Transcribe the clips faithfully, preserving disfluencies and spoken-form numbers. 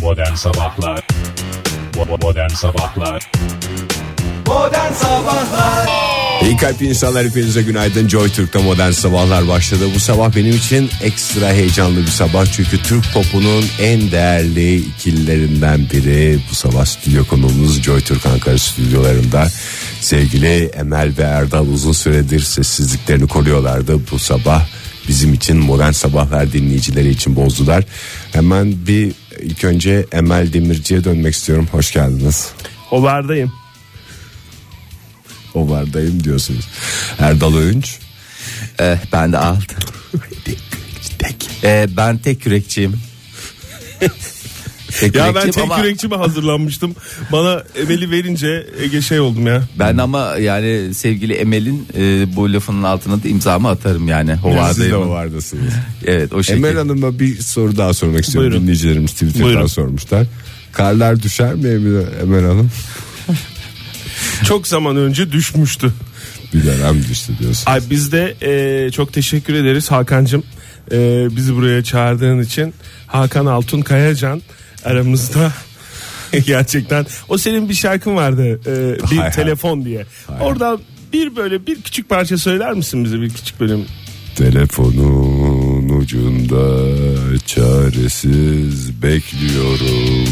Modern Sabahlar Modern Sabahlar Modern Sabahlar İyi kalpli insanlar, hepinize günaydın. Joy Türk'te Modern Sabahlar başladı. Bu sabah benim için ekstra heyecanlı bir sabah. Çünkü Türk popunun en değerli ikililerinden biri. Bu sabah stüdyo konuğumuz Joy Türk Ankara stüdyolarında. Sevgili Emel ve Erdal uzun süredir sessizliklerini koruyorlardı. Bu sabah bizim için Modern Sabahlar dinleyicileri için bozdular. Hemen bir ilk önce Emel Demirci'ye dönmek istiyorum. Hoş geldiniz. Ovardayım. Ovardayım diyorsunuz. Erdal Öğünç. Ee, ben de aldım. Tek. Ee, ben tek yürekçiyim. Tek Ya ben tek ama yürekçi mi hazırlanmıştım? Bana Emel'i verince Ege şey oldum ya. ben ama yani sevgili Emel'in e, bu lafının altına da imzamı atarım yani. Siz de Ovardayım. ovardasınız. Evet, o şekilde. Emel Hanım'a bir soru daha sormak istiyorum. Buyurun. Dinleyicilerimiz Twitter'dan Buyurun. sormuşlar. Karlar düşer mi Emel, Emel Hanım? Çok zaman önce düşmüştü. Bir dönem düştü diyorsun. Ay biz de e, çok teşekkür ederiz Hakan'cığım. E, bizi buraya çağırdığın için. Hakan Altun Kayacan aramızda. Gerçekten. O senin bir şarkın vardı. E, bir Hay hay. telefon diye. Hay. Oradan bir böyle bir küçük parça söyler misin bize, bir küçük bölüm? Telefonun ucunda çaresiz bekliyorum,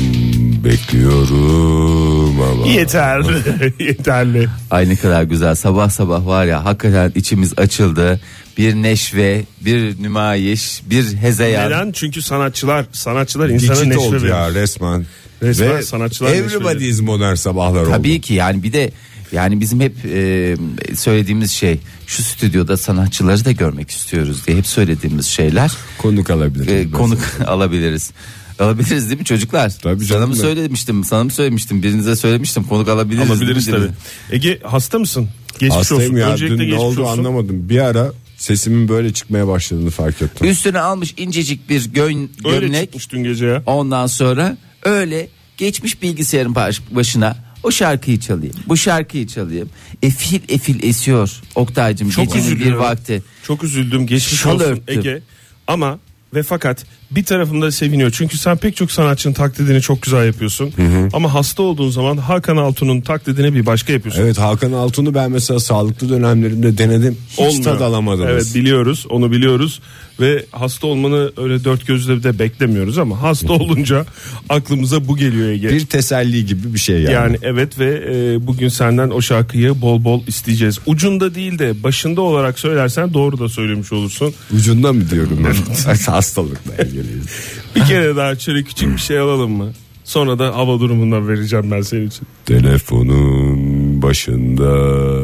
bekliyorum ama. Yeter. Yeterli. Ay ne kadar güzel, sabah sabah var ya, hakikaten içimiz açıldı. Bir neşve, bir nümayiş, bir hezeyan. Neden? Çünkü sanatçılar sanatçılar insana Geçit neşve oldu verir. ya resmen. Resmen Ve sanatçılar neşve everybody's modern sabahlar oldu. Tabii ki yani, bir de yani bizim hep e, söylediğimiz şey, şu stüdyoda sanatçıları da görmek istiyoruz diye hep söylediğimiz şeyler. Konuk alabiliriz. E, konuk alabiliriz. Alabiliriz değil mi çocuklar? Tabii sana canım mı ben. söylemiştim? Sana mı söylemiştim? Birinize söylemiştim. Konuk alabiliriz. Alabiliriz değil mi? tabii. Ege, hasta mısın? Geçmiş Hastayım olsun. ya, Öncelikle dün ne geçmiş oldu olsun. anlamadım. Bir ara sesimin böyle çıkmaya başladığını fark ettim. Üstüne almış incecik bir gön, Öyle gömlek. çıkmış dün gece ya. Ondan sonra öyle geçmiş bilgisayarın baş- başına. O şarkıyı çalayım, bu şarkıyı çalayım. Efil efil esiyor Oktay'cığım, Çok gecenin bir üzülüyorum. vakti. Çok üzüldüm. Geçmiş Şal olsun örttüm. Ege. Ama ve fakat bir tarafımda seviniyor. Çünkü sen pek çok sanatçının taklidini çok güzel yapıyorsun. Ama hasta olduğun zaman Hakan Altun'un taklidini bir başka yapıyorsun. Evet, Hakan Altun'u ben mesela sağlıklı dönemlerimde denedim. Hiç Olmuyor. tad alamadınız. Evet, biliyoruz, onu biliyoruz ve hasta olmanı öyle dört gözle de beklemiyoruz ama hasta olunca aklımıza bu geliyor Ege. Bir teselli gibi bir şey yani. Yani evet, ve e, bugün senden o şarkıyı bol bol isteyeceğiz. Ucunda değil de başında olarak söylersen doğru da söylemiş olursun. Ucunda mı diyorum ben? Hastalıkla ilgiliyiz. Bir kere daha şöyle küçük bir şey alalım mı? Sonra da hava durumundan vereceğim ben senin için. Telefonun başında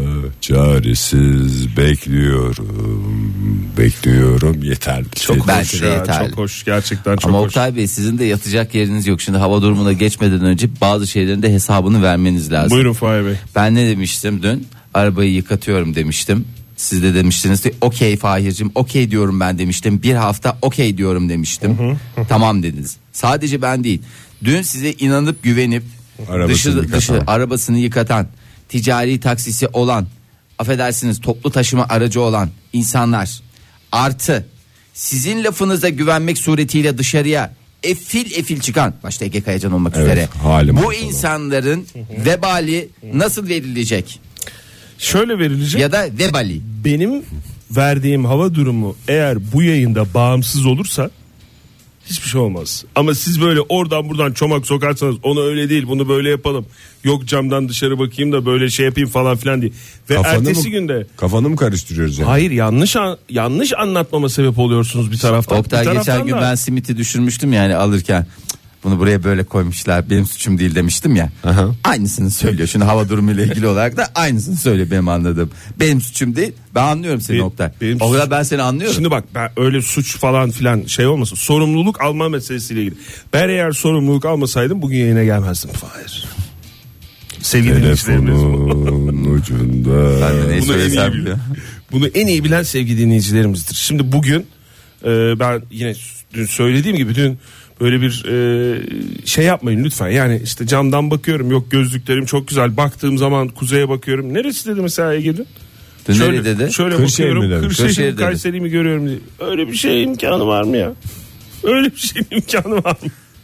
çaresiz bekliyorum, bekliyorum, yeterli. Çok Ben hoş de ya, yeterli. çok hoş, gerçekten çok Ama hoş. Oktay Bey, sizin de yatacak yeriniz yok. Şimdi hava durumuna geçmeden önce bazı şeylerin de hesabını vermeniz lazım. Buyurun Fahir Bey. Ben ne demiştim dün? Arabayı yıkatıyorum demiştim. Siz de demiştiniz ki okey Fahir'cim, okey diyorum ben demiştim. Bir hafta okey diyorum demiştim. Tamam dediniz. Sadece ben değil. Dün size inanıp güvenip Arabasını dışı, yıkatan. dışı arabasını yıkatan, ticari taksisi olan, affedersiniz toplu taşıma aracı olan insanlar, artı sizin lafınıza güvenmek suretiyle dışarıya efil efil çıkan, başta Ege Kayacan olmak Evet, üzere, halim bu ortada. insanların vebali nasıl verilecek? Şöyle verilecek. Ya da vebali. Benim verdiğim hava durumu eğer bu yayında bağımsız olursa hiçbir şey olmaz. Ama siz böyle oradan buradan çomak sokarsanız, onu öyle değil bunu böyle yapalım, yok camdan dışarı bakayım da böyle şey yapayım falan filan diye. Ve Kafanı ertesi mı- günde Kafanı mı karıştırıyoruz yani? hayır, yanlış an- yanlış anlatmama sebep oluyorsunuz bir taraftan. Oktay, bir taraftan geçen gün da- ben simiti düşürmüştüm yani alırken. Cık, bunu buraya böyle koymuşlar, benim suçum değil demiştim ya. Aha. Aynısını söylüyor. Şimdi hava durumu ile ilgili olarak da aynısını söylüyor, benim anladığım. Benim suçum değil. Ben anlıyorum seni Be- Oktay. benim O kadar suç- ben seni anlıyorum. Şimdi bak, ben öyle suç falan filan şey olmasın. Sorumluluk alma meselesiyle ilgili. Ben eğer sorumluluk almasaydım bugün yayına gelmezdim. Hayır. Sevgili dinleyicilerimiz. Telefonun ucunda. Ben de ne Bunu en, iyi söylesem bilen, biliyor. bunu en iyi bilen sevgili dinleyicilerimizdir. Şimdi bugün e, ben yine dün söylediğim gibi dün böyle bir e, şey yapmayın lütfen. Yani işte camdan bakıyorum, yok gözlüklerim çok güzel. Baktığım zaman kuzeye bakıyorum. Neresi dedi mesela Ege'nin? Dün Şöyle, nereye dedi? şöyle Kırşehir mi bakıyorum. demiş? Kırşehir, Kırşehir dedi. Kayseri'yi mi görüyorum diye. Öyle bir şey imkanı var mı ya? Öyle bir şeyin imkanı var mı?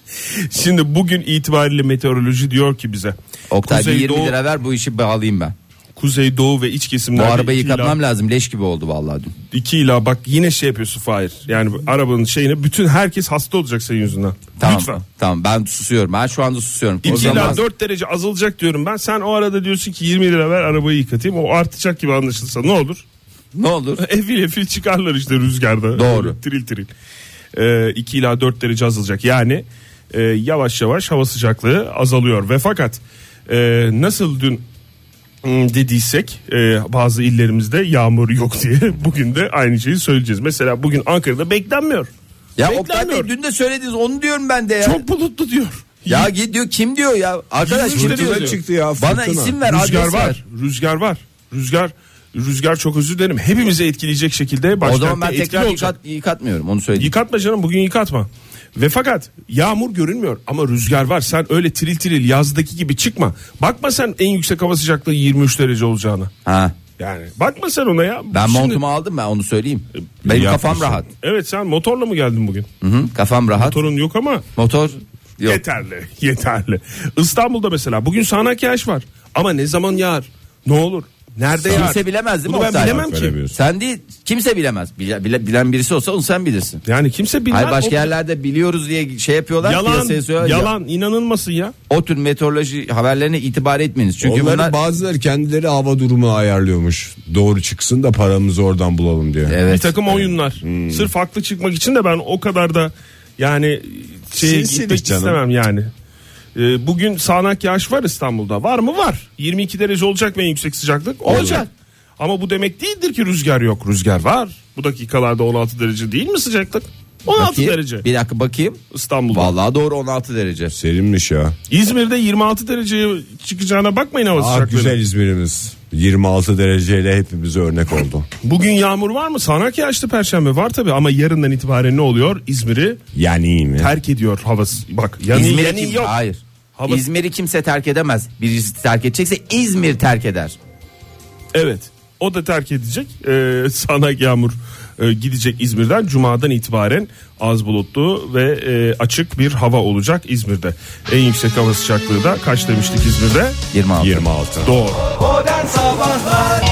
Şimdi bugün itibariyle meteoroloji diyor ki bize. Oktay bir Kuzey yirmi Doğu- lira ver, bu işi bağlayayım ben. Kuzey, Doğu ve iç Bu kesimlerde arabayı iki yıkatmam ila, lazım, leş gibi oldu vallahi dün. iki ila bak yine şey yapıyorsun Fahir. Yani bu arabanın şeyini bütün herkes hasta olacak senin yüzünden. Tamam, Lütfen. tamam ben susuyorum, ben şu anda susuyorum. O iki ila zaman dört derece azalacak diyorum ben. Sen o arada diyorsun ki yirmi lira ver arabayı yıkatayım. O artacak gibi anlaşılsa ne olur? ne olur? Efil efil çıkarlar işte rüzgarda. Doğru. Böyle Tiril tiril. Ee, iki ila dört derece azalacak. Yani e, yavaş yavaş hava sıcaklığı azalıyor. Ve fakat e, nasıl dün m, dediysek e, bazı illerimizde yağmur yok diye bugün de aynı şeyi söyleyeceğiz. Mesela bugün Ankara'da beklenmiyor. Ya Oktay Beklenmiyor. Bey dün de söylediniz, onu diyorum ben de ya. Çok bulutlu diyor. Ya git diyor, kim diyor ya? Arkadaş Yirmi kim üç diyor? derece çıktı ya, Bana fırtına. isim ver, Rüzgar adres var. ver. Rüzgar var. Rüzgar Rüzgar çok özür dilerim. Hepimizi etkileyecek şekilde O başkentte zaman ben etkili tekrar olacak. yıkat, yıkatmıyorum, onu söyleyeyim. Yıkatma canım, bugün yıkatma. Ve fakat yağmur görünmüyor ama rüzgar var. Sen öyle tiril tiril yazdaki gibi çıkma. Bakma sen en yüksek hava sıcaklığı yirmi üç derece olacağına. Ha. Yani bakma sen ona ya. Ben Şimdi- montumu aldım, ben onu söyleyeyim. Benim kafam yapmışsın. rahat. Evet, sen motorla mı geldin bugün? Hı hı, kafam rahat. Motorun yok ama Motor yok. yeterli yeterli. İstanbul'da mesela bugün sağanak yağış var. Ama ne zaman yağar? Ne olur? Nerede yağar? Kimse bilemez değil mi Bunu ben Oktay? bilemem ki. Veremiyorsun. Sen değil, kimse bilemez. Bile, bile- bilen birisi olsa onu sen bilirsin. Yani kimse bilmez. Hayır, başka O- yerlerde biliyoruz diye şey yapıyorlar. Yalan, piyasaya söylüyorlar. yalan, inanılmasın ya. O tür meteoroloji haberlerine itibar etmeyiniz. Çünkü Onları bunlar bazıları kendileri hava durumu ayarlıyormuş. Doğru çıksın da paramızı oradan bulalım diye. evet. Bir takım oyunlar. Sırf haklı çıkmak için de ben o kadar da yani şeye Sinsilik gitmek canım. istemem yani. Ee, bugün sağanak yağış var İstanbul'da. Var mı? Var. yirmi iki derece olacak mı en yüksek sıcaklık? Olacak. Ama bu demek değildir ki rüzgar yok. Rüzgar var. Bu dakikalarda on altı derece değil mi sıcaklık? on altı Bakayım. derece Bir dakika bakayım. İstanbul'da. Vallahi doğru, on altı derece. Serinmiş ya. İzmir'de yirmi altı dereceye çıkacağına bakmayın hava Ah sıcaklığı. güzel İzmir'imiz. yirmi altı dereceyle hepimize örnek oldu. Bugün yağmur var mı? Sağanak yağışlı Perşembe var tabi ama yarından itibaren ne oluyor? İzmir'i Yani iyi mi? terk ediyor havası. Bak yani İzmir'i yani kim? yok. Hayır. Hava- İzmir'i kimse terk edemez. Birisi terk edecekse İzmir terk eder. Evet. O da terk edecek. Ee, sağanak yağmur e, gidecek İzmir'den. Cuma'dan itibaren az bulutlu ve e, açık bir hava olacak İzmir'de. En yüksek hava sıcaklığı da kaç demiştik İzmir'de? yirmi altı. yirmi altı. Doğru. Modern Sabahlar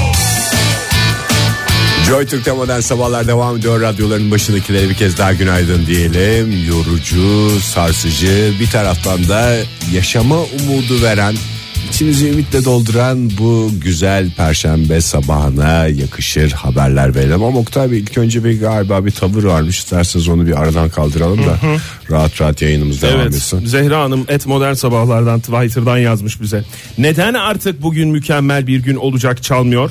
Joy Türk'te modern sabahlar devam ediyor. Radyoların başındakilere bir kez daha günaydın diyelim. Yorucu, sarsıcı, bir taraftan da yaşama umudu veren, içimizi ümitle dolduran bu güzel perşembe sabahına yakışır haberler verelim. Ama Oktay Bey, ilk önce bir galiba bir tavır varmış. İsterseniz onu bir aradan kaldıralım da rahat rahat yayınımız devam Evet. etsin. Zehra Hanım et modern sabahlardan Twitter'dan yazmış bize. Neden artık bugün mükemmel bir gün olacak çalmıyor?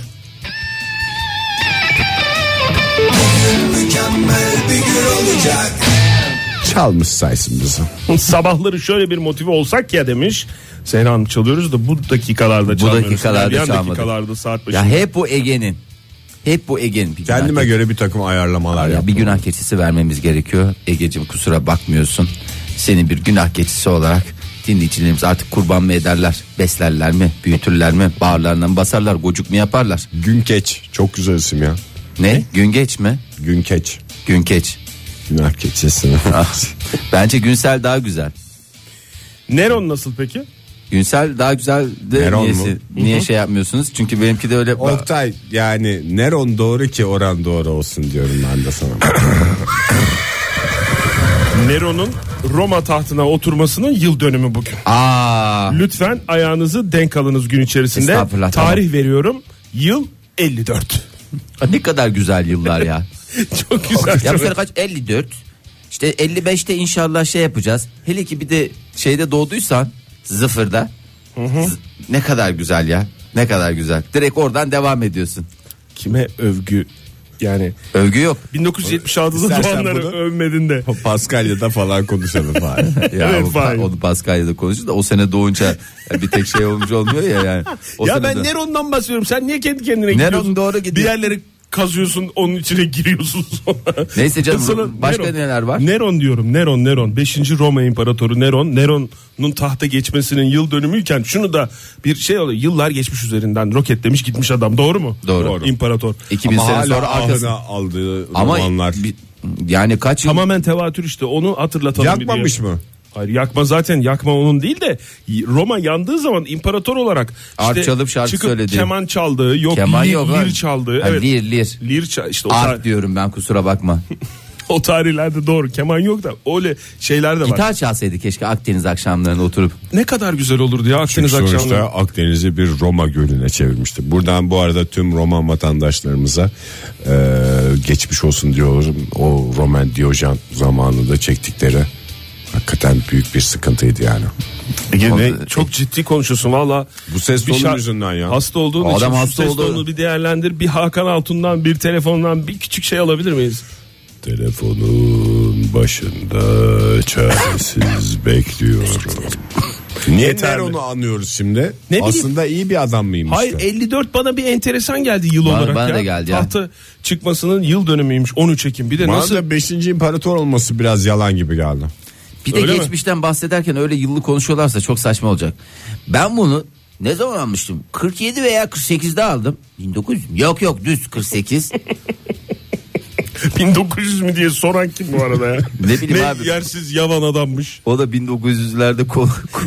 mükemmel bir gün olacak. Çalmış saysın bizi. Sabahları şöyle bir motive olsak ya demiş. Zehra Hanım, çalıyoruz da bu dakikalarda çalmıyoruz. dakikalarda İlerleyen çalmadık. dakikalarda saat başında. Ya hep bu Ege'nin. Hep bu Ege'nin. Bir Kendime günah- göre bir takım ayarlamalar Ya yaptım. bir günah keçisi vermemiz gerekiyor. Ege'cim kusura bakmıyorsun. Seni bir günah keçisi olarak dinleyicilerimiz artık kurban mı ederler? Beslerler mi? Büyütürler mi? Bağırlarından basarlar? Gocuk mu yaparlar? Günkeç çok güzel isim ya. Ne? Gün geç mi? Günkeç. Gün geç. Günah keçesi. Ah, Bence Günsel daha güzel. Neron nasıl peki? Günsel daha güzel de Neron niyesi- mu? niye şey yapmıyorsunuz? Çünkü benimki de öyle. Oktay, yani Neron doğru ki oran doğru olsun diyorum ben de sana. Neron'un Roma tahtına oturmasının yıl dönümü bugün. Aa, Lütfen ayağınızı denk alınız gün içerisinde. Estağfurullah, Tarih tamam. veriyorum. Yıl elli dört. ne kadar güzel yıllar ya. Çok güzel. Ya bu sene kaç? elli dört. İşte elli beşte inşallah şey yapacağız. Hele ki bir de şeyde doğduysan, sıfırda. Z- Ne kadar güzel ya. Ne kadar güzel. Direkt oradan devam ediyorsun. Kime övgü yani Övgü yok. bin dokuz yüz yetmiş altıda İstersen doğanları bunu- övmedin de. Paskalya'da falan konuşalım bari. Ya Evet, o, Fahir. onu Paskalya'da konuşuyor da o sene doğunca ya bir tek şey olmuca olmuyor ya yani. O Ya sene ben de- Neron'dan bahsediyorum. Sen niye kendi kendine Neron gidiyorsun? doğru gidiyor. Bir yerleri kazıyorsun, onun içine giriyorsun sonra. Neyse canım, Sana başka neler var? Neron diyorum. Neron Neron. beşinci Roma İmparatoru Neron. Neron'un tahta geçmesinin yıl dönümüyken şunu da bir şey oluyor. Yıllar geçmiş üzerinden, roketlemiş gitmiş adam. Doğru mu? Doğru. İmparator. iki bin Ama sene hala sonra arkasında. ahına aldığı Ama romanlar. bir- yani kaç yıl Tamamen tevatür işte. Onu hatırlatalım. bir Yakmamış diye. mı? Hayır, yakma zaten, yakma onun değil de Roma yandığı zaman imparator olarak Art işte çalıp şarkı çıkıp söyledi. keman çaldığı, yok Keman lir, yok lir lan. çaldığı. Ha, Evet. lir lir. Lir çal, işte o, Art tar- diyorum ben, kusura bakma. o tarihlerde doğru keman yok da öyle şeyler de var. Gitar çalsaydı keşke Akdeniz akşamlarında oturup. Ne kadar güzel olurdu ya Akdeniz Sonuçta akşamları. Akdeniz'i bir Roma gölüne çevirmişti. Buradan bu arada tüm Roman vatandaşlarımıza e, geçmiş olsun diyorum. O Roman Diyojen zamanında çektikleri hakikaten büyük bir sıkıntıydı yani. Ege, ne, Onu- çok ciddi konuşuyorsun valla. Bu ses Bir tonu şar- yüzünden ya. Hasta olduğun O için adam şu hasta ses oldu. tonunu bir değerlendir. Bir Hakan Altun'dan, bir telefondan bir küçük şey alabilir miyiz? Telefonun başında çaresiz bekliyorum. Niye Yeterli. onu anlıyoruz şimdi? Ne bileyim. Aslında iyi bir adam mıymış? Hayır, da? elli dört bana bir enteresan geldi yıl Bana- olarak bana ya. da geldi ya. Tahta çıkmasının yıl dönümüymüş on üç Ekim. Bir de Bana nasıl da beşinci imparator olması biraz yalan gibi geldi. Bir de Öyle mi? geçmişten bahsederken öyle yıllı konuşuyorlarsa çok saçma olacak. Ben bunu ne zaman almıştım? kırk yedi veya kırk sekizde aldım. bin dokuz yüz Yok yok düz kırk sekiz. bin dokuz yüz mü diye soran kim bu arada ya? Ne bileyim ne abi. yersiz yavan adammış. O da bin dokuz yüzlerde ko-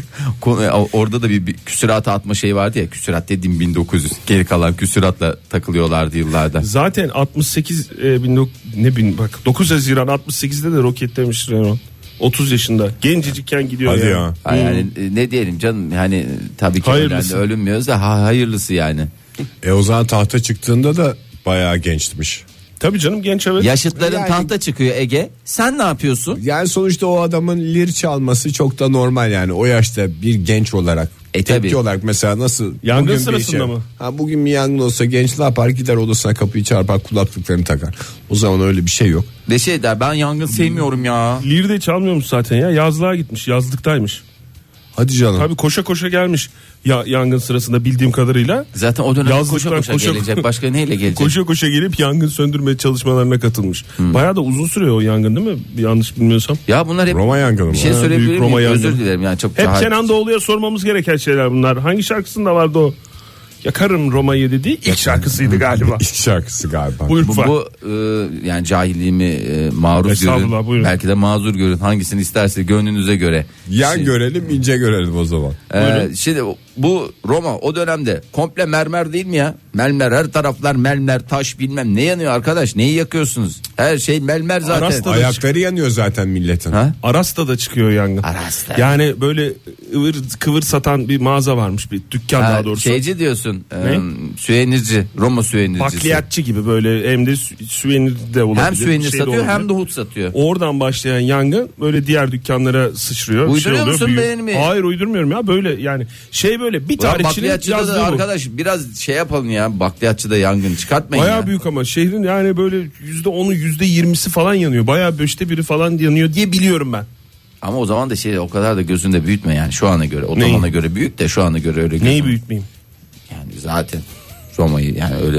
ko- orada da bir, bir küsürat atma şey vardı ya. Küsürat dediğim bin dokuz yüz. Geri kalan küsüratla takılıyorlardı yıllarda. Zaten altmış sekiz e, bin dok- ne bin bak dokuz Haziran altmış sekizde de roketlemiş Renault. otuz yaşında. Gencecikken gidiyor Hadi yani. ya. Ha, yani e, ne diyelim canım, yani tabii ki Hayırlısı. ölen de ölünmüyoruz da ha, hayırlısı yani. E o zaman tahta çıktığında da bayağı gençmiş. Tabii canım, genç evet. Yaşıtların Yani- tahta çıkıyor Ege. Sen ne yapıyorsun? Yani sonuçta o adamın lir çalması çok da normal yani o yaşta bir genç olarak. E tepki tabii. olarak mesela nasıl Yangın bugün bir sırasında mı? Ha, bugün bir yangın olsa genç ne yapar, gider odasına kapıyı çarpar, kulaklıklarını takar. O zaman öyle bir şey yok. De şey der, ben yangın sevmiyorum ya. Lir'de çalmıyormuş zaten ya. Yazlığa gitmiş. Yazlıktaymış. Hadi canım. Tabii koşa koşa gelmiş. Ya yangın sırasında bildiğim kadarıyla. Zaten o dönem Yazlıktan koşa koşa, koşa- gelecek. Başka neyle gelecek? Koşa koşa gelip yangın söndürme çalışmalarına katılmış. Bayağı da uzun sürüyor o yangın değil mi? Yanlış bilmiyorsam. Ya bunlar hep Roma yangını bir mı? şey Ha, söyleyebilir büyük miyim? Roma Özür yangını. dilerim yani çok Hep daha- Kenan Doğulu'ya sormamız gereken şeyler bunlar. Hangi şarkısında vardı o? Yakarım Roma'yı dediği ilk şarkısıydı galiba. İlk şarkısı galiba. Buyur Bu, lütfen. bu e, yani cahilliğimi e, maruz Estağfurullah, görün. buyurun. Belki de mazur görün. Hangisini isterse gönlünüze göre. Yan Şey- görelim, ince görelim o zaman. Ee, şimdi bu Roma o dönemde komple mermer değil mi ya? Mermer, her taraflar mermer, taş, bilmem ne yanıyor arkadaş. Neyi yakıyorsunuz? Her şey mermer zaten. Arasta- Ayakları yanıyor zaten milletin. Ha? Aras'ta çıkıyor yangın. Aras'ta. Yani böyle ıvır kıvır satan bir mağaza varmış, bir dükkan Ha, daha doğrusu. şeyci diyorsun. E, Ne? süvenirci, Roma süvenircisi. Bakliyatçı gibi böyle, hem de sü- süvenir de olabilir. Hem süvenir bir şey de satıyor olabilir. hem de hut satıyor. Oradan başlayan yangın böyle diğer dükkanlara sıçrıyor. Uyduruyor şey oluyor, musun büyüyor. beğeni mi? Hayır, uydurmuyorum ya, böyle yani şey, böyle bir Ulan tarihçinin bakliyatçıda yazdığı da bu. arkadaş biraz şey yapalım ya, bakliyatçıda yangın çıkartmayın Bayağı ya. büyük ama şehrin yani böyle yüzde onu yüzde yirmisi falan yanıyor. Bayağı beşte biri falan yanıyor diye biliyorum ben. Ama o zaman da şey, o kadar da gözünde büyütme yani, şu ana göre. O Neyi? zamana göre büyük de şu ana göre öyle gözünde. Neyi büyütmeyeyim? Yani zaten Roma'yı yani öyle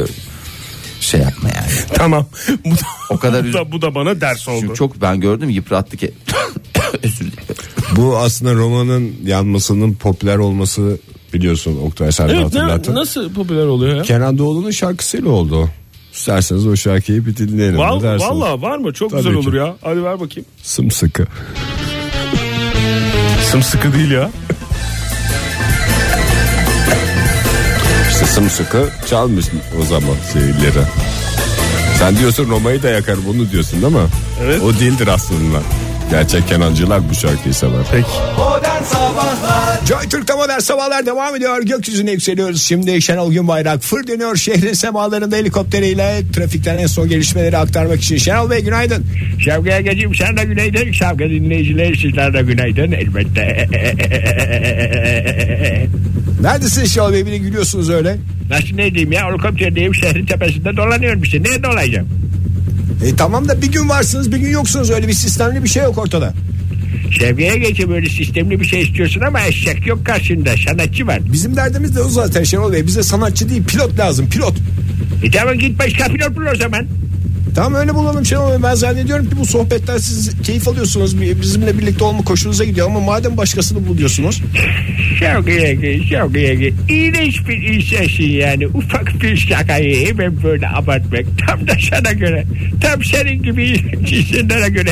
şey yapma yani. Tamam. Bu da, O kadar bu da, bu da bana ders oldu. Çünkü çok ben gördüm, yıprattı ki. Özür dilerim. Bu aslında Roma'nın yanmasının popüler olması, biliyorsun Oktay, sen de Evet, hatırlattın. ne, nasıl popüler oluyor ya? Kenan Doğulu'nun şarkısıyla oldu. İsterseniz o şarkıyı bir dinleyelim. Val, ne dersiniz? Valla var mı? Çok Tabii güzel ki. olur ya. Hadi ver bakayım. Sımsıkı. Sımsıkı değil ya. İşte sımsıkı çalmış o zaman şeyleri. Sen diyorsun Roma'yı da yakar, bunu diyorsun değil mi? Evet. O değildir aslında. Gerçek kenancılar bu şarkıyı sever. Peki. Modern Sabahlar Joy Türk'te modern sabahlar devam ediyor. Gökyüzüne yükseliyoruz. Şimdi Şenol Günbayrak fır dönüyor şehrin semalarında helikopteriyle trafikten en son gelişmeleri aktarmak için. Şenol Bey günaydın. Şevket Egeciğim, sen de günaydın. Şevket dinleyiciler, sizler de günaydın elbette. Neredesiniz Şenol Bey? Bir de gülüyorsunuz öyle. Nasıl ne diyeyim ya, helikopterdeyim, şehrin tepesinde dolanıyorum işte. Nerede olacağım? E tamam da bir gün varsınız bir gün yoksunuz, öyle bir sistemli bir şey yok ortada. Şevket Egeciğim, böyle sistemli bir şey istiyorsun ama eşek yok karşında, sanatçı var. Bizim derdimiz de o zaten Şenol Bey. Bize sanatçı değil, pilot lazım, pilot. E tamam, git başka pilot bul o zaman. Tamam öyle bulalım Şenol Bey. Ben zannediyorum ki bu sohbetten siz keyif alıyorsunuz. Bizimle birlikte olma hoşunuza gidiyor ama madem başkasını buluyorsunuz. Çok iyi, çok iyi. İğrenç bir insansın yani. Ufak bir şakayı hemen böyle abartmak. Tam da sana göre. Tam senin gibi insanlara göre.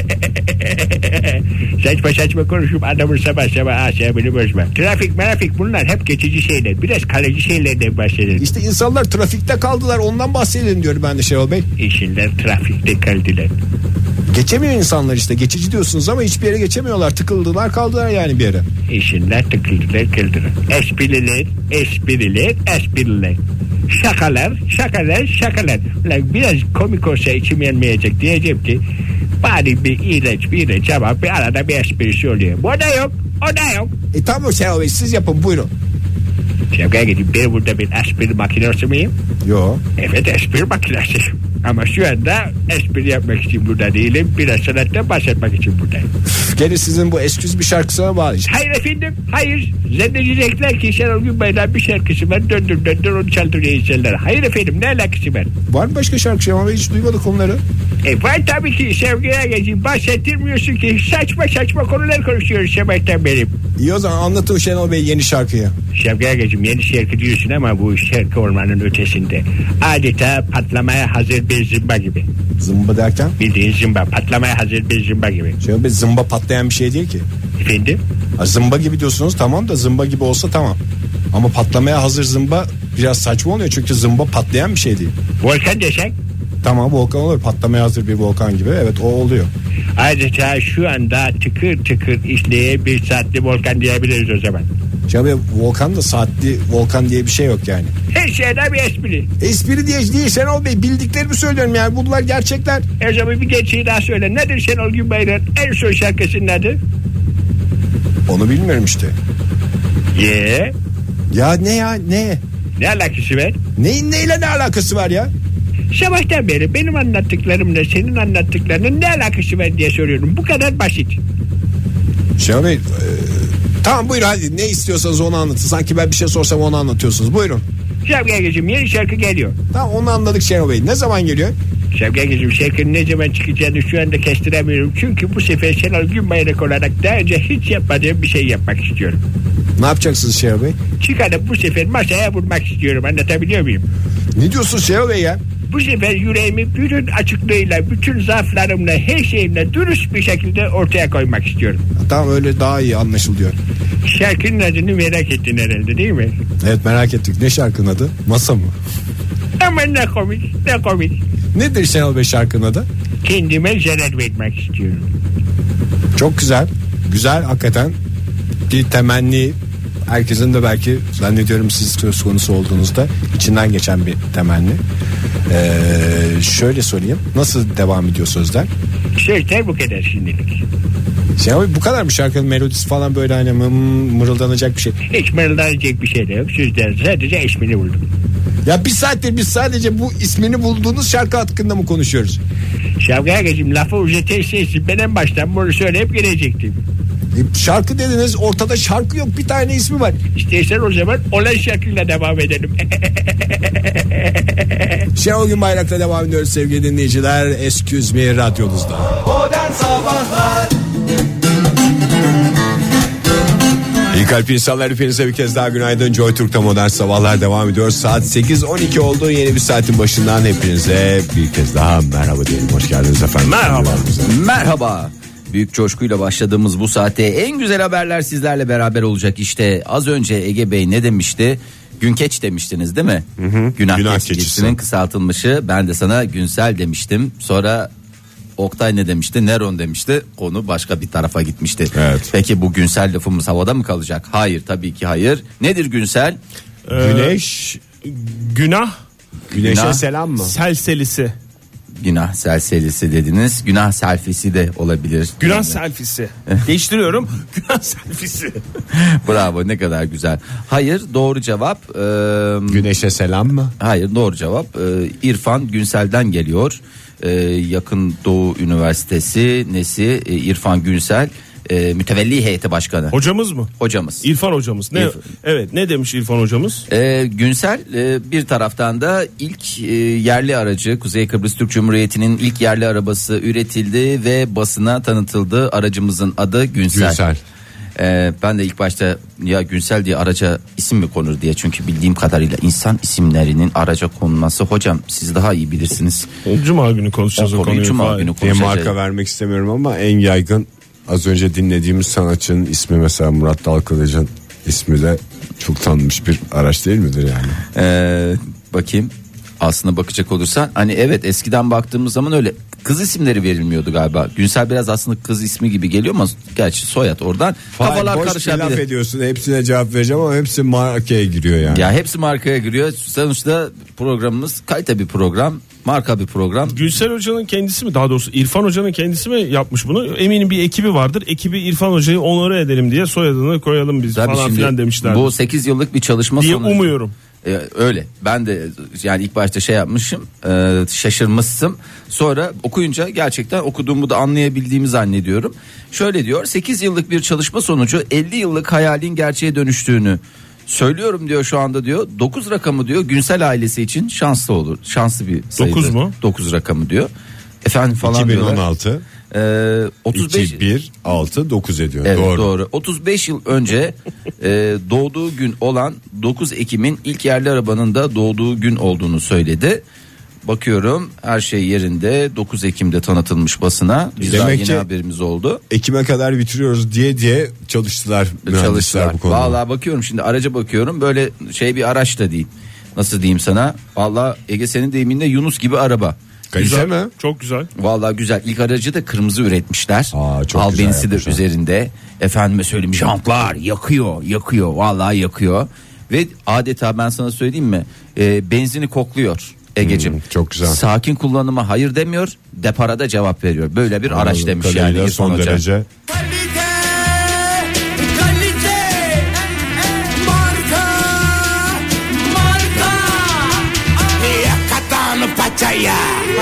Saçma saçma konuşup adamın sabah sabah asabını bozma. Trafik marafik bunlar hep geçici şeyler. Biraz kalıcı şeylerden bahsedelim. İşte insanlar trafikte kaldılar, ondan bahsedelim diyorum ben de Şenol Bey. İnsanlar trafikte kaldılar. Geçemiyor insanlar işte, geçici diyorsunuz ama hiçbir yere geçemiyorlar, tıkıldılar kaldılar yani bir yere. İnsanlar tıkıldılar kaldılar. Espriler, espriler, espriler. Şakalar, şakalar, şakalar. Ulan biraz komik olsa içim yanmayacak, diyeceğim ki bari bir iğrenç bir iğrenç ama bir arada bir esprisi oluyor. Bu da yok, o da yok. E tamam Şenol Bey, siz yapın buyurun. Şevkaya gideyim, ben burada bir espri makinesi miyim? Yo. Evet, espri makinesi. Ama şu anda espri yapmak için burada değilim. Biraz sanattan bahsetmek için buradayım. Gene sizin bu esküz bir şarkısına bağlayacağım. Hayır efendim, hayır. Zannedecekler ki Şenol Günbay'dan bir şarkısı var. Döndür döndür onu çaldırıyor insanlara. Hayır efendim, ne alakası var? Var mı başka şarkı Şenol Bey? Hiç duymadık onları. E var tabii ki Sevgi'ye geçeyim. Bahsettirmiyorsun ki. Saçma saçma konular konuşuyoruz sabahtan benim. İyi o zaman anlatın Şenol Bey yeni şarkıyı. Sevgi'ye geçeyim, yeni şarkı diyorsun ama bu şarkı olmanın ötesinde. Adeta patlamaya hazır bir zımba gibi. Zımba derken? Bildiğin zımba, patlamaya hazır bir zımba gibi. Şenol Bey, zımba patlayan bir şey değil ki. Efendim? Ha, zımba gibi diyorsunuz, tamam da zımba gibi olsa tamam. Ama patlamaya hazır zımba biraz saçma oluyor çünkü zımba patlayan bir şey değil. Volkan desek? Tamam, volkan olur, patlamaya hazır bir volkan gibi, evet o oluyor. Adeta şu anda tıkır tıkır işleyen bir saatli volkan diyebiliriz o zaman. Şenol Bey, volkan da saatli volkan diye bir şey yok yani. Her şeyden bir espri. Espri diye değil Şenol Bey, bildiklerimi söylüyorum yani, bunlar gerçekler. O zaman bir gerçeği daha söyle. Nedir Şenol Günbay'ın en son şarkısının adı? Onu bilmiyorum işte. Ye. Ya ne ya ne? Ne alakası var? Neyin neyle ne alakası var ya? Sabahtan beri benim anlattıklarımla senin anlattıklarının ne alakası var diye soruyorum. Bu kadar basit. Şenol Bey, e, tamam buyurun hadi, ne istiyorsanız onu anlatın. Sanki ben bir şey sorsam onu anlatıyorsunuz. Buyurun. Şevki Agacığım, yeni şarkı geliyor. Tamam, onu anladık Şenol Bey. Ne zaman geliyor? Şevki Agacığım, şarkının ne zaman çıkacağını şu anda kestiremiyorum. Çünkü bu sefer Şenol Günbayrak olarak daha önce hiç yapmadığım bir şey yapmak istiyorum. Ne yapacaksınız Şenol Bey? Çıkarıp bu sefer masaya vurmak istiyorum. Anlatabiliyor muyum? Ne diyorsun Şenol Bey ya? Bu sefer yüreğimi bütün açıklığıyla, bütün zaaflarımla, her şeyimle dürüst bir şekilde ortaya koymak istiyorum. Tamam, öyle daha iyi anlaşılıyor. Şarkının adını merak ettin herhalde, değil mi? Evet, merak ettik. Ne şarkının adı? Masa mı? Ama ne komik, ne komik. Nedir Şenol Bey şarkının adı? Kendime zarar vermek istiyorum. Çok güzel. Güzel hakikaten. Bir temenni. Herkesin de belki, zannediyorum siz söz konusu olduğunuzda içinden geçen bir temenni. Ee, şöyle sorayım. Nasıl devam ediyor sözler? Sözler bu kadar şimdilik. Şenol Bey, bu kadar mı şarkının melodisi falan böyle hani mım, mırıldanacak bir şey? Hiç mırıldanacak bir şey de yok. Sözler sadece ismini buldum. Ya bir saattir biz sadece bu ismini bulduğunuz şarkı hakkında mı konuşuyoruz? Şavgaya geçeyim, lafı uzatırsanız ben en baştan bunu söyleyip gelecektim. E, şarkı dediniz, ortada şarkı yok, bir tane ismi var. İstersen o zaman olan şarkıyla devam edelim. Şenol Günbayrak'la devam ediyoruz sevgili dinleyiciler. Excuse me radyonuzda. Modern Sabahlar. İyi kalp insanlar, hepinize bir kez daha günaydın. Joy Türk'te Modern Sabahlar devam ediyor. Saat sekiz on iki oldu. Yeni bir saatin başından hepinize bir kez daha merhaba diyelim. Hoş geldiniz efendim. Merhaba. Merhaba. Büyük coşkuyla başladığımız bu saatte en güzel haberler sizlerle beraber olacak. İşte az önce Ege Bey ne demişti? Günkeç demiştiniz değil mi? Hı hı. Günah, Günah keçisinin kısaltılmışı. Ben de sana Günsel demiştim. Sonra Oktay ne demişti? Neron demişti. Konu başka bir tarafa gitmişti. Evet. Peki bu Günsel lafımız havada mı kalacak? Hayır, tabii ki hayır. Nedir Günsel? Ee, Güneş. Günah. Güneşe Günah. selam mı? Selselisi. Günah selselisi dediniz. Günah selfisi de olabilir. Günah Yani. selfisi. Değiştiriyorum. Günah selfisi. Bravo, ne kadar güzel. Hayır, doğru cevap. E, Güneşe selam mı? hayır, doğru cevap. E, İrfan Günsel'den geliyor. E, Yakın Doğu Üniversitesi nesi? E, İrfan Günsel. e, mütevelli heyeti başkanı. Hocamız mı? Hocamız. İrfan hocamız. Ne? İrfan. Evet, ne demiş İrfan hocamız? Ee, Günsel e, bir taraftan da ilk e, yerli aracı Kuzey Kıbrıs Türk Cumhuriyeti'nin ilk yerli arabası üretildi ve basına tanıtıldı. Aracımızın adı Günsel. Günsel. Ee, ben de ilk başta ya Günsel diye araca isim mi konur diye, çünkü bildiğim kadarıyla insan isimlerinin araca konulması, hocam siz daha iyi bilirsiniz. Cuma günü konuşacağız O o, konuyu konuyu. Cuma Fahir. günü Diye konuşacağız. marka vermek istemiyorum ama en yaygın az önce dinlediğimiz sanatçının ismi mesela Murat Dalkılıç'ın ismi de çok tanınmış bir araç değil midir yani? Ee, bakayım. Aslına bakacak olursan hani evet, eskiden baktığımız zaman öyle kız isimleri verilmiyordu galiba. Günsel biraz aslında kız ismi gibi geliyor ama gerçi soyad oradan. Kafalar Boş laf karışabilir. ediyorsun, hepsine cevap vereceğim ama hepsi markaya giriyor yani. Ya hepsi markaya giriyor. Sonuçta programımız kalite bir program, marka bir program. Günsel Hoca'nın kendisi mi, daha doğrusu İrfan Hoca'nın kendisi mi yapmış bunu? Eminim bir ekibi vardır. Ekibi İrfan Hoca'yı onore edelim diye soyadını koyalım biz Tabii falan şimdi filan demişler. bu sekiz yıllık bir çalışma diye sonucu. umuyorum. Ee, öyle. Ben de yani ilk başta şey yapmışım, e, şaşırmıştım. Sonra okuyunca gerçekten okuduğumu da anlayabildiğimi zannediyorum. Şöyle diyor: sekiz yıllık bir çalışma sonucu elli yıllık hayalin gerçeğe dönüştüğünü söylüyorum diyor şu anda diyor. dokuz rakamı diyor Günsel ailesi için şanslı olur. Şanslı bir sayıdır. dokuz mu? dokuz rakamı diyor. Efendim falan iki bin on diyorlar. altı Ee, otuz beş iki bir altı dokuz ediyor. Evet, doğru. doğru. otuz beş yıl önce e, doğduğu gün olan dokuz Ekim'in ilk yerli arabanın da doğduğu gün olduğunu söyledi. Bakıyorum her şey yerinde. dokuz Ekim'de tanıtılmış basına. Biz daha Demek yeni ki- haberimiz oldu. Ekim'e kadar bitiriyoruz diye diye çalıştılar mühendisler Çalıştılar. bu konuda. Vallahi bakıyorum şimdi araca bakıyorum, böyle şey bir araç da değil. Nasıl diyeyim sana? Vallahi Ege senin deyiminle Yunus gibi araba. Kalite mi? Çok güzel. Vallahi güzel. İlk aracı da kırmızı üretmişler. Aa, çok güzel Albenisi de yapmışlar. üzerinde. Efendime söyleyeyim, jantlar yakıyor, yakıyor. Vallahi yakıyor. Ve adeta ben sana söyleyeyim mi? Ee, benzini kokluyor Egeciğim. Hmm, çok güzel. Sakin kullanıma hayır demiyor. Depara da cevap veriyor. Böyle bir araç Anladığım demiş yani kadarıyla İrfan son Hoca. derece. Kalite, kalite, marka, marka. Yakatan paçaya.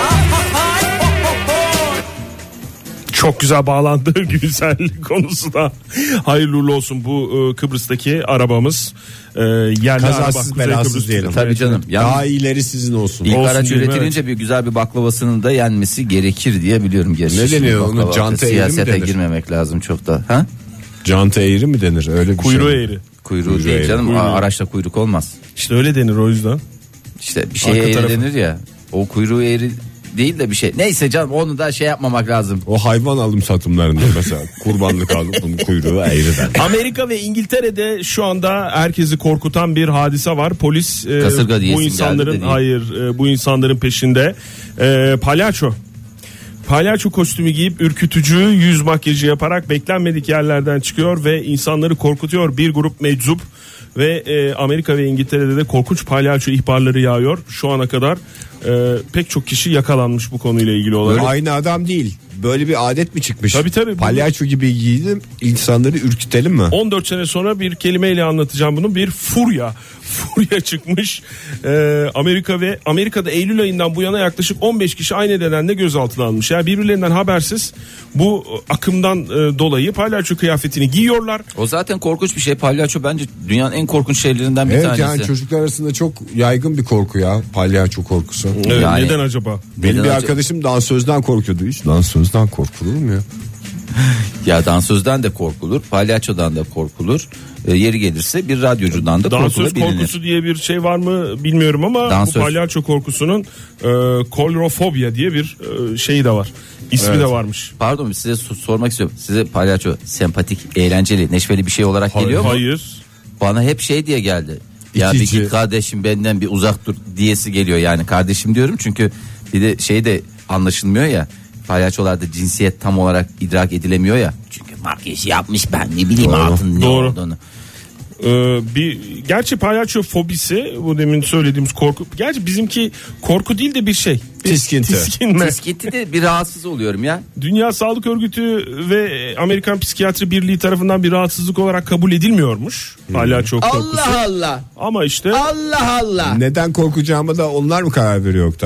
Çok güzel bağlandı güzellik konusuna. Hayırlı uğurlu olsun bu e, Kıbrıs'taki arabamız. E, yerli Kazasız araba, Kuzey belasız Kıbrıs diyelim. Tabii canım. Yalnız Daha iyileri sizin olsun. İlk Olsun araç diyorum, üretilince bir güzel bir baklavasının da yenmesi gerekir diye biliyorum. Gerçi Ne şimdi deniyor onun? baklava- Canta eğri mi Siyasete denir? girmemek lazım çok da. Ha? Canta eğri mi denir? Öyle bir Kuyruğu şey. eğri. Kuyruğu, Kuyruğu değil eğri. canım. Kuyruğu. Aa, araçta kuyruk olmaz. İşte öyle denir o yüzden. İşte bir şeye Arka eğri tarafı. denir ya. O kuyruğu eğri değil de bir şey. Neyse canım, onu da şey yapmamak lazım. O hayvan alım satımlarında mesela kurbanlık alıp bunun kuyruğu eğriden. Amerika ve İngiltere'de şu anda herkesi korkutan bir hadise var. Polis e, Kasırga diyesim bu geldi insanların de değil. hayır e, bu insanların peşinde. E, palyaço. Palyaço kostümü giyip ürkütücü yüz makyajı yaparak beklenmedik yerlerden çıkıyor ve insanları korkutuyor. Bir grup meczup ve e, Amerika ve İngiltere'de de korkunç palyaço ihbarları yağıyor. Şu ana kadar e, pek çok kişi yakalanmış bu konuyla ilgili olarak. Aynı adam değil. Böyle bir adet mi çıkmış? Tabii, tabii. Palyaço gibi giydim, insanları ürkütelim mi? on dört sene sonra bir kelimeyle anlatacağım bunu. Bir furya. Furya çıkmış. Ee, Amerika ve Amerika'da Eylül ayından bu yana yaklaşık on beş kişi aynı nedenle gözaltına alınmış. Yani birbirlerinden habersiz bu akımdan e, dolayı palyaço kıyafetini giyiyorlar. O zaten korkunç bir şey. Palyaço bence dünyanın en korkunç şeylerinden bir Evet tanesi. yani çocuklar arasında çok yaygın bir korku ya, palyaço korkusu. Evet, Yani- neden acaba? Benim Neden bir acaba? arkadaşım dansözden korkuyordu. Hiç dansözden korkulur mu ya? Ya dansözden de korkulur, palyaçodan da korkulur. E, yeri gelirse bir radyocudan da Dansöz korkulabilir. korkusu diye bir şey var mı bilmiyorum ama Dansöz. bu palyaço korkusunun e, kolrofobia diye bir e, şeyi de var. İsmi Evet. de varmış. Pardon, size so- sormak istiyorum. Size palyaço sempatik, eğlenceli, neşveli bir şey olarak geliyor mu? Hayır. Bana hep şey diye geldi. Ya bir İtici. git kardeşim benden bir uzak dur diyesi geliyor yani. Kardeşim diyorum çünkü bir de şey de anlaşılmıyor ya. Palyaçolarda cinsiyet tam olarak idrak edilemiyor ya. Çünkü makyaj yapmış, ben ne bileyim altın ne Doğru. olduğunu. Ee, bir gerçi palyaço fobisi bu demin söylediğimiz korku. Gerçi bizimki korku değil de bir şey. Bir Tiskinti. Tiskinme. Tisketi de bir rahatsız oluyorum ya. Dünya Sağlık Örgütü ve Amerikan Psikiyatri Birliği tarafından bir rahatsızlık olarak kabul edilmiyormuş palyaço korkusu. Allah Allah. Ama işte Allah Allah. Neden korkacağıma da onlar mı karar veriyor Oktay?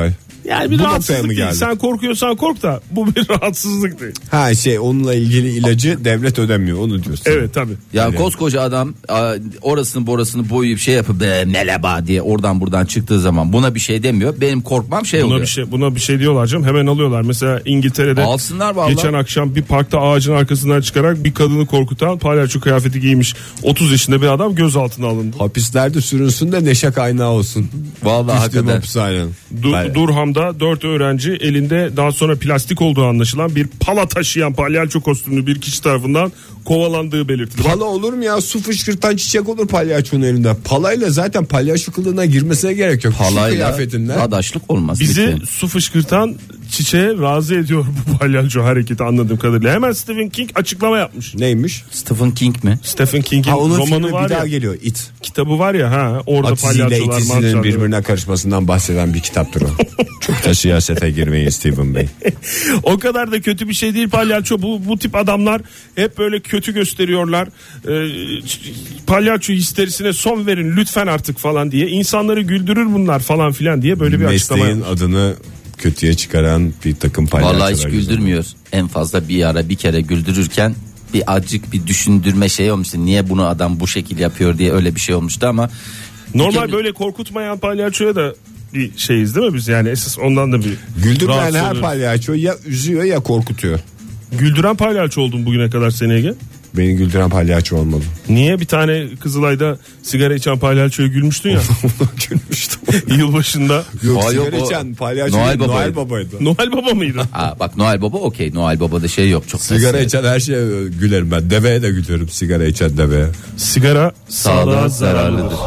Yani bir Bu noktaya rahatsızlık mı değil. geldi? Sen korkuyorsan kork da bu bir rahatsızlık değil. Ha şey onunla ilgili ilacı devlet ödemiyor onu diyorsun. Evet tabii. Ya Öyle. koskoca adam a, orasını borasını boyayıp şey yapıp be, meleba diye oradan buradan çıktığı zaman buna bir şey demiyor. Benim korkmam şey Buna oluyor. bir şey buna bir şey diyorlar canım. Hemen alıyorlar. Mesela İngiltere'de Alsınlar vallahi. geçen akşam bir parkta ağacın arkasından çıkarak bir kadını korkutan palyaço kıyafeti giymiş otuz yaşında bir adam gözaltına alındı. Hapislerde sürünsün de neşe kaynağı olsun. Vallahi Düştüğüm hakikaten. hapishanenin. Du- Ben- Durham'da dört öğrenci elinde daha sonra plastik olduğu anlaşılan bir pala taşıyan palyaço kostümlü bir kişi tarafından kovalandığı belirtildi. Bak, Pala olur mu ya? Su fışkırtan çiçek olur palyaçonun elinde. Palayla zaten palyaço kılığına girmesine gerek yok. Şu Halayla kıyafetinden. adaşlık olmaz. bizi lütfen. su fışkırtan çiçeğe razı ediyor bu palyaço hareketi anladığım kadarıyla. Hemen Stephen King açıklama yapmış. Neymiş? Stephen King mi? Stephen King'in Ha onun romanı filmi var bir daha ya. geliyor. It. Kitabı var ya ha orada Atiziyle palyaçolar itisinin mançalar. birbirine karışmasından bahseden bir kitaptır o. Çok da siyasete girmeyin Stephen Bey. O kadar da kötü bir şey değil palyaço. Bu bu tip adamlar hep böyle kötü gösteriyorlar. Ee, ç- palyaço histerisine son verin lütfen artık falan diye. İnsanları güldürür bunlar falan filan diye böyle bir açıklama Mesleğin yapmış. adını kötüye çıkaran bir takım palyaçolar. Vallahi hiç güldürmüyor. En fazla bir ara bir kere güldürürken bir acık bir düşündürme şey olmuştu. Niye bunu adam bu şekil yapıyor diye öyle bir şey olmuştu ama Normal kere- böyle korkutmayan palyaçoya da bir şeyiz değil mi biz yani esas ondan da bir Güldürmeyen rahatsız her oluyoruz. palyaço ya üzüyor ya korkutuyor. Güldüren palyaço oldun bugüne kadar seni Ege. Beni güldüren palyaço olmadı. Niye bir tane Kızılay'da sigara içen palyaçoya gülmüştün ya Gülmüştüm. yılbaşında. Yok Aa, yok, sigara o içen palyaço Noel Noel, Baba'ydı. Noel Baba'ydı. Noel Baba mıydı? Aa, bak Noel Baba okey. Noel Baba'da şey yok çok. Sigara sesli. içen her şeye gülerim ben. Deveye de gülüyorum sigara içen deveye. Sigara Sağlığa sağlığa zararlıdır.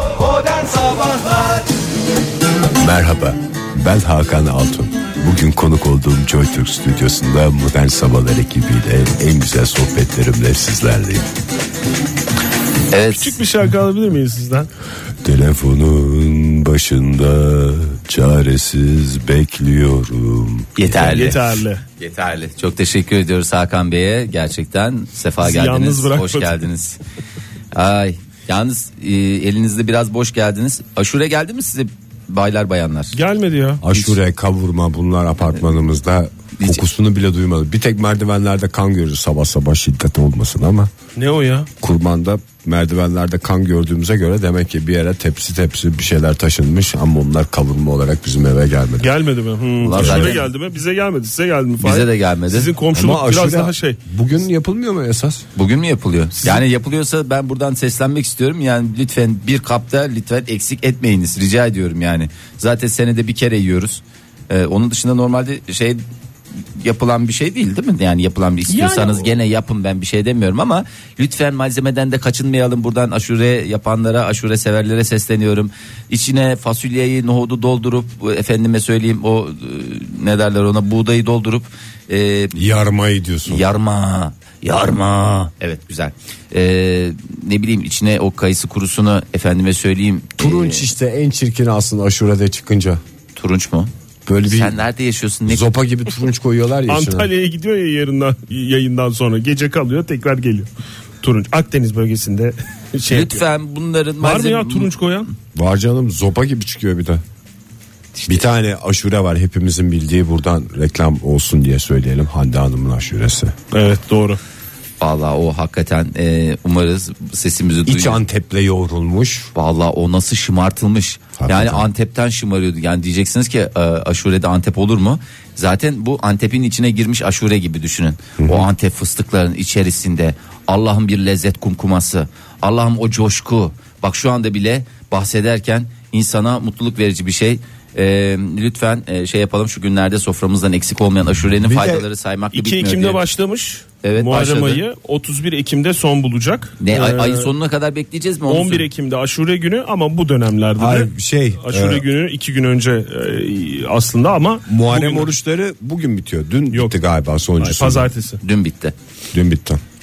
Merhaba, ben Hakan Altun. Bugün konuk olduğum Joy Türk stüdyosunda Modern Sabahlar ekibiyle en güzel sohbetlerimle sizlerleyim. Evet. Küçük bir şarkı alabilir miyiz sizden? Telefonun başında çaresiz bekliyorum. Yeterli. Yeterli. Yeterli. Çok teşekkür ediyoruz Hakan Bey'e. Gerçekten sefa Bizi geldiniz. yalnız bırakmadın. Hoş geldiniz. Ay, yalnız e, elinizde biraz boş geldiniz. Aşure geldi mi size baylar bayanlar? Gelmedi ya. Aşure, kavurma bunlar apartmanımızda kokusunu bile duymadım. Bir tek merdivenlerde kan görürüz sabah sabah şiddet olmasın ama Ne o ya? kurbanda merdivenlerde kan gördüğümüze göre demek ki bir yere tepsi tepsi bir şeyler taşınmış ama onlar kavurma olarak bizim eve gelmedi. Gelmedi mi? Hmm. Ulan Aşure zaten- geldi mi? Bize gelmedi. Size geldi mi? Bize Fahir? de gelmedi. Sizin komşuluk Ama biraz aşure daha şey. bugün yapılmıyor mu esas? Bugün mü yapılıyor? Yani yapılıyorsa ben buradan seslenmek istiyorum. Yani lütfen bir kapta lütfen eksik etmeyiniz. Rica ediyorum yani. Zaten senede bir kere yiyoruz. Ee, onun dışında normalde şey yapılan bir şey değil değil mi? Yani yapılan bir istiyorsanız Yani o- gene yapın, ben bir şey demiyorum ama lütfen malzemeden de kaçınmayalım. Buradan aşure yapanlara, aşure severlere sesleniyorum. İçine fasulyeyi, nohudu doldurup efendime söyleyeyim o e, ne derler ona, buğdayı doldurup e, Yarmayı diyorsun. yarma yarma evet güzel. E, ne bileyim içine o kayısı kurusunu efendime söyleyeyim. Turunç e, işte en çirkini aslında aşurede çıkınca. turunç mu? Böyle bir Sen nerede yaşıyorsun? Ne zopa gibi turunç koyuyorlar ya içine. Antalya'ya gidiyor ya yarından, yayından sonra. Gece kalıyor tekrar geliyor. Turunç. Akdeniz bölgesinde şey yapıyor. Lütfen bunların Var mı malzeme- ya turunç koyan? Var canım zopa gibi çıkıyor bir de. Bir tane aşure var hepimizin bildiği, buradan reklam olsun diye söyleyelim, Hande Hanım'ın aşuresi. Evet doğru. Vallahi o hakikaten e, umarız sesimizi İç duyuyor. Antep'le yoğrulmuş. Vallahi o nasıl şımartılmış. Hakikaten. Yani Antep'ten şımarıyordu. Yani diyeceksiniz ki e, aşurede Antep olur mu? Zaten bu Antep'in içine girmiş aşure gibi düşünün. O Antep fıstıkların içerisinde Allah'ın bir lezzet kumkuması. Allah'ım o coşku. Bak şu anda bile bahsederken insana mutluluk verici bir şey. E, lütfen e, şey yapalım, şu günlerde soframızdan eksik olmayan aşurenin Bir de faydaları saymakla iki bitmiyor Ekim'de diye. başlamış. Evet, Muharrem başladı. ayı otuz bir Ekim'de son bulacak. Ne ay, Ee, ayın sonuna kadar bekleyeceğiz mi? Onu on bir söyle. Ekim'de aşure günü ama bu dönemlerde de Hayır, şey, aşure e, günü iki gün önce e, aslında ama Muharrem bugün- oruçları bugün bitiyor. Dün Yok. bitti galiba Ay, sonuncusu. pazartesi. Dün bitti. Dün bitti.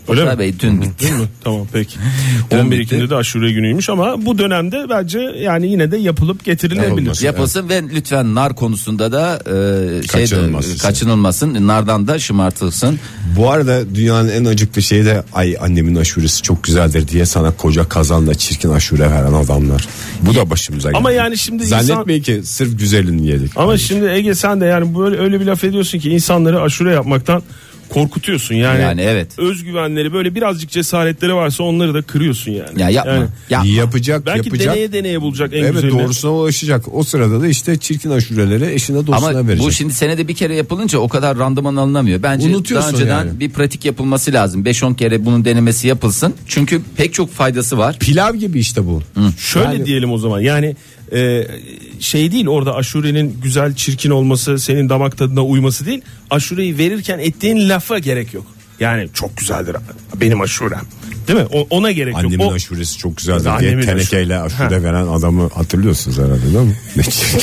Öyle Oktay mi? Bey dün bitti. Değil mi? Tamam peki. Dün on bir bitti. Ekim'de de aşure günüymüş ama bu dönemde bence yani yine de yapılıp getirilebilir. Yapılması. Yapılsın ve lütfen nar konusunda da e, şey de, Kaçınılmasın. kaçınılmasın. Nardan da şımartılsın. Bu arada dünyanın en acıklı şeyi de ay annemin aşuresi çok güzeldir diye sana koca kazanla çirkin aşure veren adamlar. Bu da başımıza geldi. Ama yani şimdi insan- Zannetmeyin ki sırf güzelini yedik. Ama şimdi Ege sen de yani böyle öyle bir laf ediyorsun ki insanları aşure yapmaktan korkutuyorsun yani. Yani evet. Özgüvenleri böyle birazcık cesaretleri varsa onları da kırıyorsun yani. Ya yapma. Yani yapma. Yapacak belki yapacak. deneye deneye bulacak en Evet güzelini. doğrusuna ulaşacak. O sırada da işte çirkin aşureleri eşine dostuna Ama verecek. bu şimdi senede bir kere yapılınca o kadar randıman alınamıyor. Bence Unutuyorsun daha önceden yani. bir pratik yapılması lazım. beş on kere bunun denemesi yapılsın. Çünkü pek çok faydası var. Pilav gibi işte bu. Şöyle Yani- diyelim o zaman yani e, şey değil orada aşurenin güzel çirkin olması senin damak tadına uyması değil. Aşureyi verirken ettiğin lafa gerek yok. Yani çok güzeldir benim aşurem. Değil mi? O, ona gerek Annemin yok. O, aşuresi çok güzeldir diye Annemin tenekeyle aşure- aşure veren adamı hatırlıyorsunuz herhalde değil mi? Ne çirkin.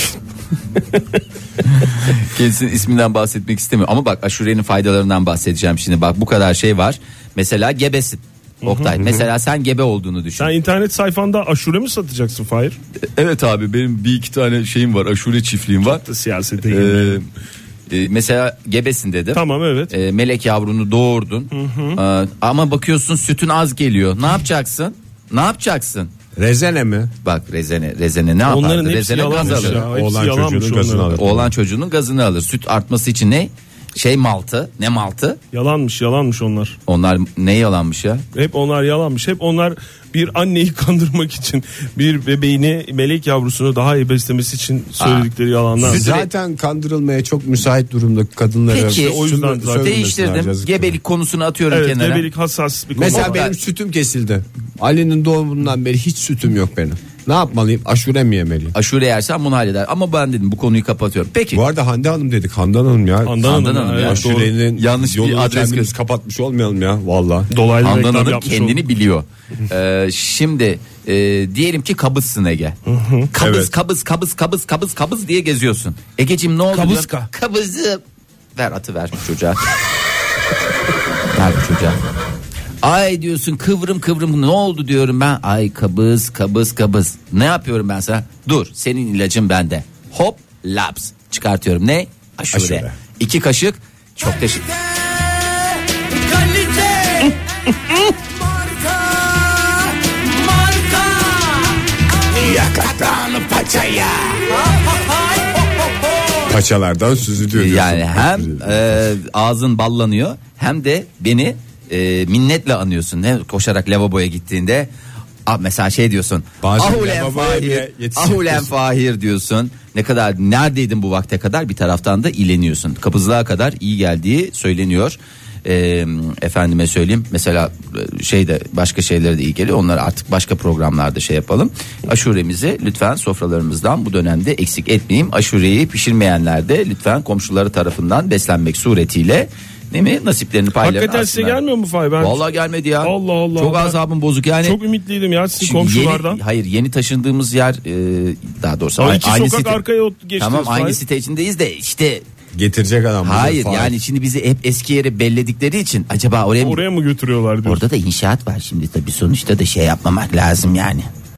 Kendisinin isminden bahsetmek istemiyor. Ama bak aşurenin faydalarından bahsedeceğim şimdi. Bak bu kadar şey var. Mesela gebesin. Oktay. Mesela sen gebe olduğunu düşün. sen internet sayfanda aşure mi satacaksın Fahir? Evet abi benim bir iki tane şeyim var. Aşure çiftliğim var. Siyasete Ee, girmeyelim. e, mesela gebesin dedim. Tamam evet. E, melek yavrunu doğurdun. Ee, ama bakıyorsun sütün az geliyor. Ne yapacaksın? Ne yapacaksın? Rezene mi? Bak rezene rezene ne yapardı? Onların hepsi Rezene gaz yalanmış alır. ya. Hepsi Oğlan yalanmış çocuğunun gazını onların. alır. Oğlan çocuğunun gazını alır. Süt artması için ne? Şey maltı. Ne maltı? Yalanmış yalanmış onlar. Onlar ne yalanmış ya? Hep onlar yalanmış. Hep onlar bir anneyi kandırmak için bir bebeğini melek yavrusunu daha iyi beslemesi için söyledikleri yalanlar. Süt- Zaten kandırılmaya çok müsait durumda kadınlara. Peki, o yüzden Sövme- zaten sövmesinler, Değiştirdim. yazık. Gebelik konusunu atıyorum Evet kenara. gebelik hassas bir konu. Mesela Oktay. benim sütüm kesildi. Ali'nin doğumundan beri hiç sütüm yok benim. Ne yapmalıyım? Aşure mi yemeliyim? Aşure yersen bunu halleder. Ama ben dedim bu konuyu kapatıyorum. Peki. Bu arada Hande Hanım dedik. Handan Hanım ya. Handan Handan Hanım, Hanım ya, ya. evet, doğru. Aşurenin Yanlış bir yolunu adres kendimiz gö- kapatmış olmayalım ya. Valla. Dolaylı Handan reklam Hanım yapmış kendini olduk. biliyor. Ee, şimdi e, diyelim ki kabızsın Ege. Kabız, Evet. kabız kabız kabız kabız kabız diye geziyorsun. Egeciğim ne oldu? Kabızka. diyorum. Kabızım. Ver atı ver bu çocuğa. Ver bu çocuğa. Ay diyorsun kıvrım kıvrım ne oldu diyorum ben. Ay kabız kabız kabız. Ne yapıyorum ben sana? Dur senin ilacın bende. Hop laps çıkartıyorum. Ne? Aşure. Aşure. İki kaşık çok teşekkür. Kalite. Marka. Marka. Yakatan paçaya. Paçalardan süzülüyor. Yani diyorsun. hem Çok güzel. e, ağzın ballanıyor hem de beni e, minnetle anıyorsun. Ne koşarak lavaboya gittiğinde ah, mesela şey diyorsun. Bazen Ah ulen lavaboya Fahir. bile yetişemiyorsun. Ah ulen Fahir diyorsun. Ne kadar neredeydin bu vakte kadar bir taraftan da ileniyorsun. Kabızlığa kadar iyi geldiği söyleniyor. E, efendime söyleyeyim mesela şeyde başka şeylere de iyi geliyor. Onları artık başka programlarda şey yapalım. Aşuremizi lütfen sofralarımızdan bu dönemde eksik etmeyeyim. Aşureyi pişirmeyenler de lütfen komşuları tarafından beslenmek suretiyle değil mi nasiplerini paylarını Hakikaten size alsınlar. gelmiyor mu Fahir? Ben Vallahi gelmedi ya. Allah Allah. Çok Ben azabım bozuk yani. çok ümitliydim ya sizin Şimdi komşulardan. Yeni, hayır yeni taşındığımız yer e, daha doğrusu Ama a- iki aynı sokak site. arkaya ot- geçtiniz Tamam aynı Fahir. site içindeyiz de işte Getirecek adam. bize hayır Fahir. yani şimdi bizi hep eski yere belledikleri için acaba oraya mı? Oraya mı götürüyorlar diyor. Orada da inşaat var şimdi tabii sonuçta da şey yapmamak lazım yani.